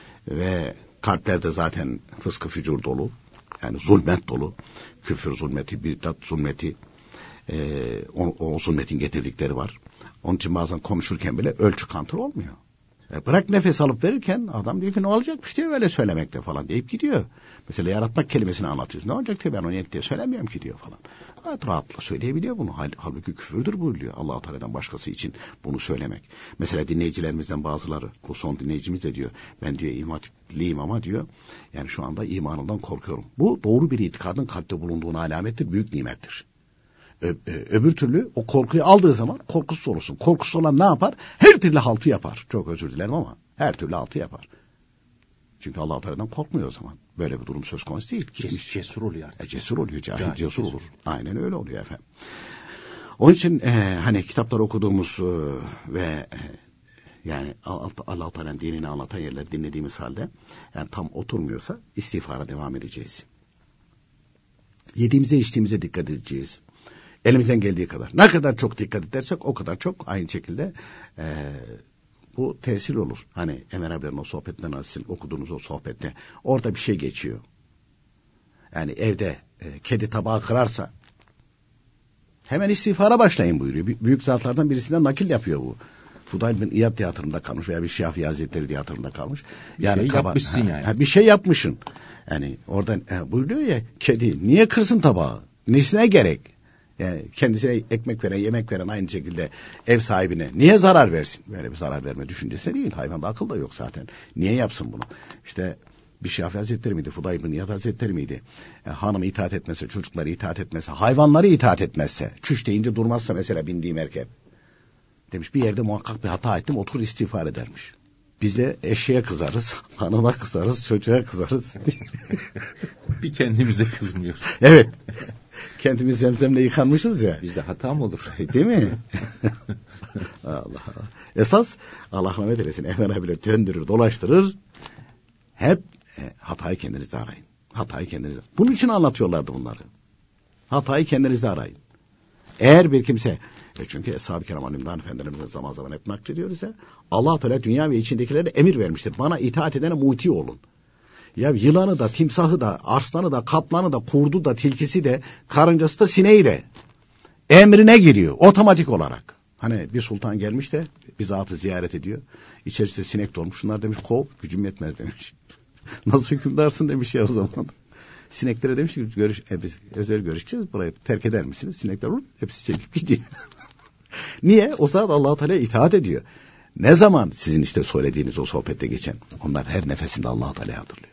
ve kalplerde zaten fıskı fücur dolu, yani zulmet dolu, küfür zulmeti, bidat zulmeti, e, o, o zulmetin getirdikleri var. Onun için bazen konuşurken bile ölçü kantır olmuyor. E bırak nefes alıp verirken adam diyor ki ne olacakmış diye öyle söylemekte falan deyip gidiyor. Mesela yaratmak kelimesini anlatıyorsun. Ne olacak diye ben onu diye söylemiyorum ki diyor falan. Evet, rahatla söyleyebiliyor bunu. Halbuki küfürdür buyuruyor Allah-u Teala'dan başkası için bunu söylemek. Mesela dinleyicilerimizden bazıları, bu son dinleyicimiz de diyor, ben diyor iman hatipliyim ama diyor, yani şu anda imanından korkuyorum. Bu doğru bir itikadın kalpte bulunduğuna alamettir, büyük nimettir. Ö- öbür türlü o korkuyu aldığı zaman korkusuz olursun. Korkusuz olan ne yapar? Her türlü haltı yapar. Çok özür dilerim ama her türlü haltı yapar. Çünkü Allah-u Teala'dan korkmuyor o zaman. Böyle bir durum söz konusu değil. Ces- cesur oluyor artık. E, cesur oluyor, cahil, cahil cesur, cesur olur. Aynen öyle oluyor efendim. Onun için e, hani kitaplar okuduğumuz e, ve e, yani Allah-u Teala'nın dinini anlatan yerleri dinlediğimiz halde, yani tam oturmuyorsa istiğfara devam edeceğiz. Yediğimize içtiğimize dikkat edeceğiz. Elimizden geldiği kadar. Ne kadar çok dikkat edersek o kadar çok aynı şekilde e, bu tesir olur. Hani Enver abilerin o sohbetinden nasıl okuduğunuz o sohbette orada bir şey geçiyor. Yani evde e, kedi tabağı kırarsa hemen istiğfara başlayın buyuruyor. Büyük zatlardan birisinden nakil yapıyor bu. Fudayl bin İyad tiyatrında kalmış veya bir Şafii Hazretleri tiyatrında kalmış. Bir yani şey kaba, yapmışsın ha, yani. Ha, bir şey yapmışsın. Yani oradan e, buyuruyor ya, kedi niye kırsın tabağı? Nesine gerek? Yani kendisine ekmek veren, yemek veren aynı şekilde ev sahibine niye zarar versin? Böyle bir zarar verme düşüncesi değil. Hayvanda akıl da yok zaten. Niye yapsın bunu? İşte bir Şafii Hazretleri miydi? Fudayl bin İyad Hazretleri miydi? Yani hanımı itaat etmese, çocukları itaat etmese, hayvanları itaat etmezse, çüş deyince durmazsa mesela bindiği merkep. Demiş bir yerde muhakkak bir hata ettim, otur istiğfar edermiş. Biz de eşeğe kızarız, hanıma kızarız, çocuğa kızarız. Bir kendimize kızmıyoruz. Evet. Kendimiz zemzemle yıkanmışız ya. Bizde hata mı olur? Değil mi? Allah Allah. Esas Allah rahmet eylesin. Ehven abiyle döndürür, dolaştırır. Hep e, hatayı kendinizde arayın. Hatayı kendinizde. Bunun için anlatıyorlardı bunları. Hatayı kendinizde arayın. Eğer bir kimse, e çünkü Eshab-ı Kiram Alimdan Efendilerimizin zaman zaman hep naklediyoruz ya, Allah Teala dünya ve içindekilere emir vermiştir. Bana itaat edene muti olun. Ya yılanı da, timsahı da, arslanı da, kaplanı da, kurdu da, tilkisi de, karıncası da, sineği de emrine giriyor otomatik olarak. Hani bir sultan gelmiş de bir zatı ziyaret ediyor. İçerisinde sinek dolmuş. Şunlar demiş kov, gücüm yetmez demiş. Nasıl hükümdarsın demiş ya o zaman. Sineklere demiş ki görüş, e, biz özel görüşeceğiz, burayı terk eder misiniz? Sinekler olur, hepsi çekip gidiyor. Niye? O zat Allah-u Teala'ya itaat ediyor. Ne zaman sizin işte söylediğiniz o sohbette geçen, onlar her nefesinde Allah-u Teala'yı hatırlıyor.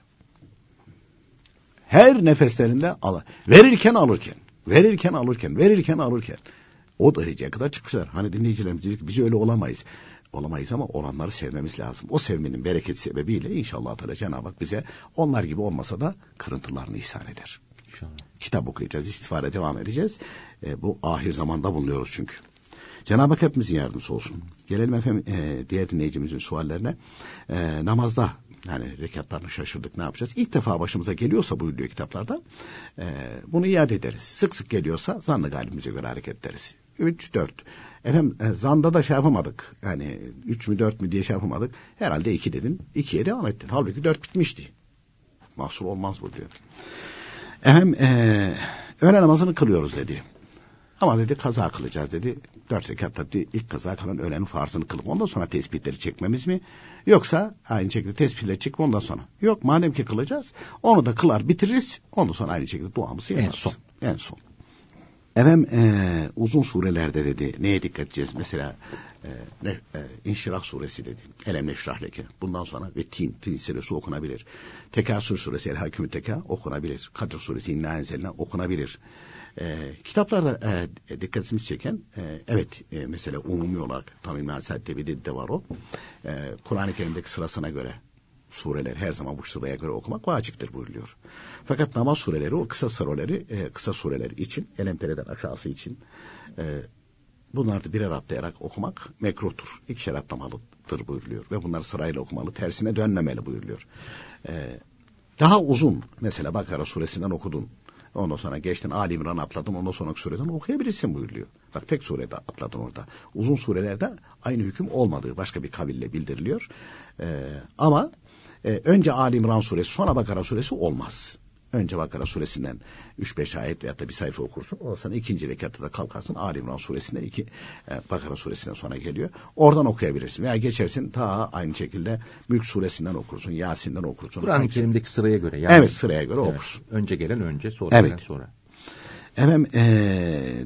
Her nefeslerinde Allah. Verirken alırken, verirken alırken, verirken alırken. O dereceye kadar çıkmışlar. Hani dinleyicilerimiz dedik ki biz öyle olamayız. Olamayız ama olanları sevmemiz lazım. O sevmenin bereketi sebebiyle inşallah Teala Cenab-ı Hak bize onlar gibi olmasa da kırıntılarını ihsan eder. İnşallah. Kitap okuyacağız, istifade devam edeceğiz. E, bu ahir zamanda bulunuyoruz çünkü. Cenab-ı Hak hepimizin yardımcısı olsun. Gelelim efendim e, diğer dinleyicimizin suallerine. E, namazda yani rekatlarını şaşırdık, ne yapacağız? İlk defa başımıza geliyorsa buyuruyor kitaplarda e, bunu iade ederiz. Sık sık geliyorsa zan-ı galibimize göre hareket ederiz. Üç, dört. Efendim e, zanda da şey yapamadık. Yani üç mü dört mü diye şey yapamadık. Herhalde iki dedin. ikiye devam ettin. Halbuki dört bitmişti. Mahsur olmaz bu diyor. Efendim e, öğle namazını kılıyoruz dedi. Ama dedi kaza kılacağız dedi. Dört rekatta dedi, ilk kaza kalan öğlenin farzını kılıp ondan sonra tespitleri çekmemiz mi? Yoksa aynı şekilde tespitleri çekip ondan sonra. Yok madem ki kılacağız onu da kılar bitiririz. Ondan sonra aynı şekilde duamızı yaparız. En son. En son. Efendim e, uzun surelerde dedi neye dikkat edeceğiz? Mesela e, ne, e, İnşirah suresi dedi. Elem neşrah leke. Bundan sonra ve Tin, Tin suresi okunabilir. Tekasür suresi El Hakimü Teka okunabilir. Kadir suresi İnna Enzelna okunabilir. E, kitaplarda e, dikkatimizi çeken e, evet e, mesela umumi olarak tam İlmihal Saadet'te de var o. E, Kur'an-ı Kerim'deki sırasına göre sureler her zaman bu sıraya göre okumak vaciptir buyuruluyor. Fakat namaz sureleri o kısa sureleri e, kısa sureler için Elemtere'den aşağısı için e, bunları da birer atlayarak okumak mekruhtur. İkişer atlamalıdır buyuruluyor ve bunları sırayla okumalı, tersine dönmemeli buyuruluyor. E, daha uzun mesela Bakara suresinden okudun. Ondan sonra geçtin Ali İmran atladın, ondan sonraki sureden okuyabilirsin buyuruluyor. Bak tek surede atladın orada. Uzun surelerde aynı hüküm olmadığı başka bir kaville bildiriliyor. Ee, ama e, önce Ali İmran suresi sonra Bakara suresi olmaz. Önce Bakara suresinden üç beş ayet veyahut da bir sayfa okursun. Ondan sonra ikinci rekatta da kalkarsın. Ali İmran suresinden iki e, Bakara suresinden sonra geliyor. Oradan okuyabilirsin. Veya geçersin ta aynı şekilde Mülk suresinden okursun. Yasin'den okursun. Kur'an-ı Kerim'deki sıraya göre. Yani. Evet sıraya göre evet. Okursun. Önce gelen önce sonra evet. gelen sonra. Efendim e,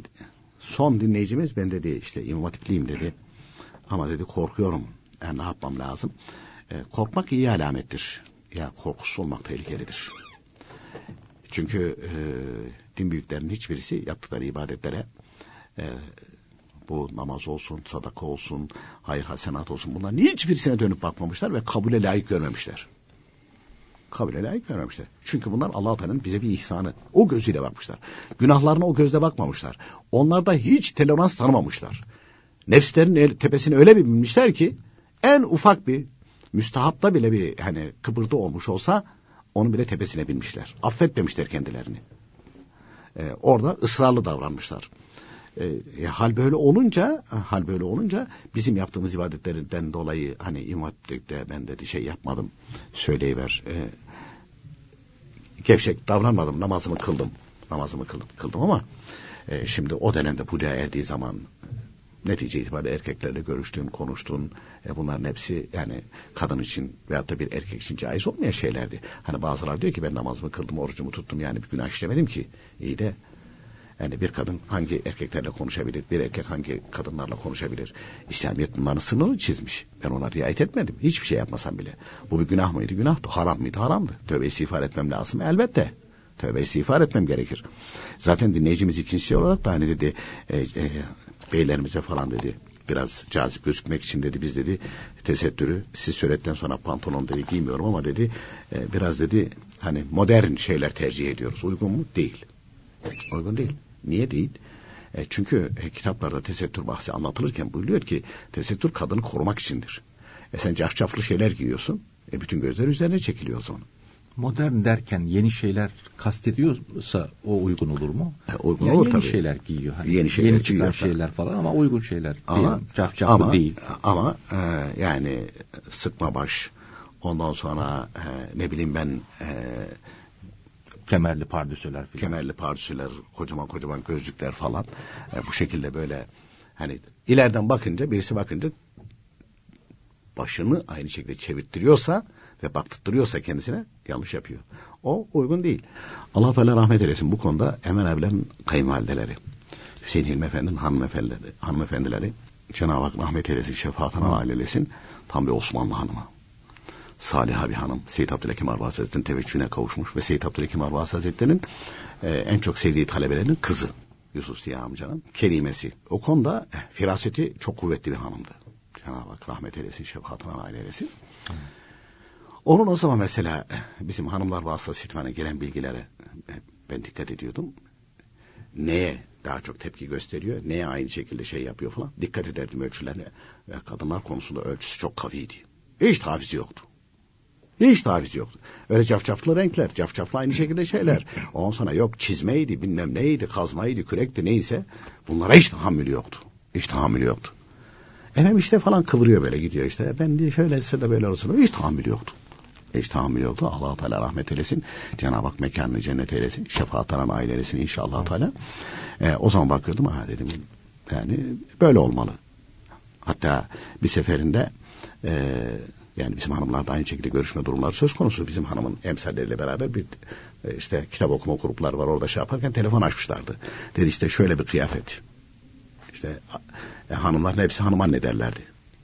son dinleyicimiz ben dedi işte İmam Hatipliyim dedi. Ama dedi korkuyorum. Yani ne yapmam lazım? E, korkmak iyi alamettir. Ya korkusuz olmak tehlikelidir. Çünkü e, din büyüklerinin hiçbirisi yaptıkları ibadetlere e, bu namaz olsun, sadaka olsun, hayır hasenat olsun bunların hiçbirisine dönüp bakmamışlar ve kabule layık görmemişler. Kabule layık görmemişler. Çünkü bunlar Allah-u Teala'nın bize bir ihsanı. O gözüyle bakmışlar. Günahlarına o gözle bakmamışlar. Onlarda hiç tolerans tanımamışlar. Nefslerin tepesine öyle bir binmişler ki en ufak bir müstahapta bile bir hani kıpırdı olmuş olsa onu bile tepesine binmişler. Affet demişler kendilerini. Ee, orada ısrarlı davranmışlar. Ee, hal böyle olunca, hal böyle olunca bizim yaptığımız ibadetlerden dolayı hani imadetle ben dedi şey yapmadım. Söyleyiver. E, gevşek davranmadım. Namazımı kıldım. Namazımı kıldım, kıldım ama e, şimdi o dönemde buluğa erdiği zaman netice itibariyle erkeklerle görüştün, konuştun. E bunların hepsi yani kadın için veyahut da bir erkek için caiz olmayan şeylerdi. Hani bazıları diyor ki ben namazımı kıldım, orucumu tuttum yani bir günah işlemedim ki. İyi de Yani bir kadın hangi erkeklerle konuşabilir, bir erkek hangi kadınlarla konuşabilir? İslamiyet bunların sınırını çizmiş. Ben ona riayet etmedim. Hiçbir şey yapmasam bile. Bu bir günah mıydı? Günahtı. Haram mıydı? Haramdı. Tövbe istiğfar etmem lazım. Elbette. Tövbe istiğfar etmem gerekir. Zaten dinleyicimiz ikincisi olarak da hani dedi e, e, beylerimize falan dedi biraz cazip gözükmek için dedi biz dedi tesettürü siz söyledikten sonra pantolon dedi giymiyorum ama dedi e, biraz dedi hani modern şeyler tercih ediyoruz. Uygun mu? Değil. Uygun değil. Niye değil? E, çünkü e, kitaplarda tesettür bahsi anlatılırken buyuruyor ki tesettür kadını korumak içindir. E sen cafcaflı şeyler giyiyorsun. E bütün gözler üzerine çekiliyor o zaman. Modern derken yeni şeyler kastediyorsa o uygun olur mu? E, uygun yani olur yeni tabii. şeyler giyiyor. Hani yeni şeyler yeni çıkan giyiyor, şeyler falan ama uygun şeyler. Ama cafcaflı ama, değil. Ama e, yani sıkma baş, ondan sonra e, ne bileyim ben e, kemerli pardösüler falan. Kemerli pardösüler, kocaman kocaman gözlükler falan. E, bu şekilde böyle hani ileriden bakınca birisi bakınca başını aynı şekilde çevirttiriyorsa ve baktırtıyorsa kendisine yanlış yapıyor. O uygun değil. Allah Teala rahmet eylesin bu konuda Emel abilerin kayınvalideleri, Hüseyin Hilmi Efendi'nin hanımefendileri, hanımefendileri Cenab-ı Hak rahmet eylesin, şefaatine nail eylesin. Tam bir Osmanlı hanımı. Saliha bir hanım. Seyyid Abdülhakim Arvasi Hazretleri'nin teveccühüne kavuşmuş ve Seyyid Abdülhakim Arvasi Hazretleri'nin e, en çok sevdiği talebelerinin kızı. Yusuf Ziya amcanın kerimesi. O konuda eh, firaseti çok kuvvetli bir hanımdı. Cenab-ı Hak rahmet eylesin, şefaatine nail eylesin. Hmm. Onun o zaman mesela bizim hanımlar vasıtasıyla gelen bilgilere ben dikkat ediyordum. Neye daha çok tepki gösteriyor, neye aynı şekilde şey yapıyor falan. Dikkat ederdim ölçülerine. Ve kadınlar konusunda ölçüsü çok kaviydi. Hiç tavizi yoktu. Hiç tavizi yoktu. Öyle cafcaflı renkler, cafcaflı aynı şekilde şeyler. Ondan sonra yok çizmeydi, bilmem neydi, kazmaydı, kürekti neyse. Bunlara hiç tahammülü yoktu. Hiç tahammülü yoktu. Efendim işte falan kıvırıyor böyle gidiyor işte. Ben de şöyleyse de böyle olsun. Hiç tahammülü yoktu. Hiç tahammülü yoktu. Allah-u Teala rahmet eylesin. Cenab-ı Hak mekanını cennet eylesin. Şefaatine nail eylesin inşallah Teala. Ee, o zaman bakıyordum ha dedim yani böyle olmalı. Hatta bir seferinde e, yani bizim hanımlarda aynı şekilde görüşme durumları söz konusu. Bizim hanımın emsalleriyle beraber bir e, işte kitap okuma grupları var orada şey yaparken telefon açmışlardı. Dedi işte şöyle bir kıyafet. İşte e, hanımların hepsi hanım anne derlerdi.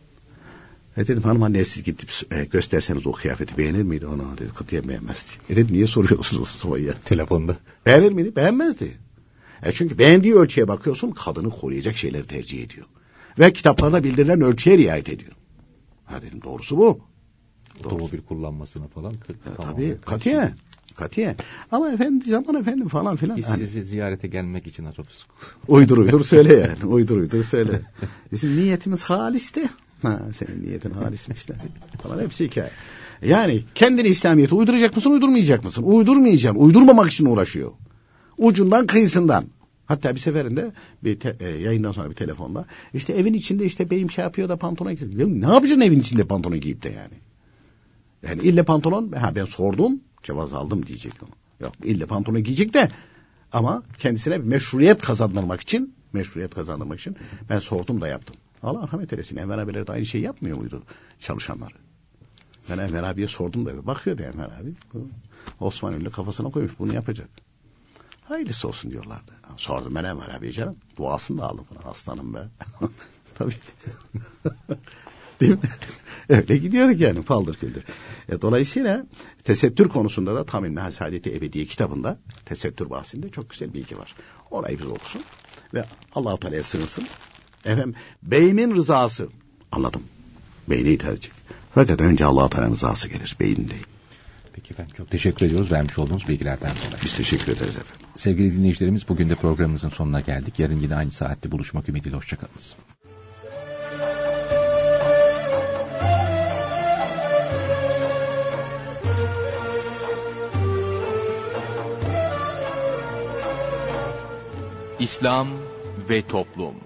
E dedim hanım anneye siz gidip e, gösterseniz o kıyafeti beğenir miydi? Ona dedi katiyen beğenmezdi. E dedim niye soruyorsunuz Sova'ya? Telefonda. Beğenir miydi? Beğenmezdi. E çünkü beğendiği ölçüye bakıyorsun kadını koruyacak şeyleri tercih ediyor. Ve kitaplarda bildirilen ölçüye riayet ediyor. Ha dedim doğrusu bu. Doğrusu. Doğru bir kullanmasına falan. E, tamam, tabii katiyen. Katiyen. Ama efendim zaman efendim falan filan. Biz hani, sizi ziyarete gelmek için atopuz. Uydur uydur söyle yani. Uydur uydur söyle. Bizim niyetimiz halisti. Ha, senin niyetin halismiş işte. Falan hepsi hikaye. Yani kendini İslamiyet'e uyduracak mısın, uydurmayacak mısın? Uydurmayacaksın. Uydurmamak için uğraşıyor. Ucundan kıyısından. Hatta bir seferinde bir te, e, yayından sonra bir telefonla işte evin içinde işte beyim şey yapıyor da pantolon giyiyor. Ne yapacaksın evin içinde pantolon giyip de yani? Yani ille pantolon, ha ben sordum, cevaz aldım diyecek onu. Yok ille pantolon giyecek de ama kendisine bir meşruiyet kazandırmak için, meşruiyet kazandırmak için ben sordum da yaptım. Allah rahmet eylesin. Enver abiler de aynı şey yapmıyor muydu çalışanlar? Ben Enver abiye sordum da bakıyordu Enver abi. Osman öyle kafasına koymuş bunu yapacak. Hayırlısı olsun diyorlardı. Sordum ben Enver abiye canım. Duasını da aldım. Aslanım be. Tabii. Değil mi? Öyle gidiyorduk yani paldır küldür. E, dolayısıyla tesettür konusunda da Tam İlmihal Saadet-i Ebediye kitabında tesettür bahsinde çok güzel bilgi var. Orayı biz okusun ve Allah-u Teala'ya sığınsın. Efendim beyimin rızası. Anladım. Beyne itaat edecek. Fakat önce Allah-u Teala'nın rızası gelir. Beyin değil. Peki efendim çok teşekkür ediyoruz vermiş olduğunuz bilgilerden dolayı. Biz teşekkür ederiz efendim. Sevgili dinleyicilerimiz bugün de programımızın sonuna geldik. Yarın yine aynı saatte buluşmak ümidiyle hoşçakalınız. İslam ve Toplum.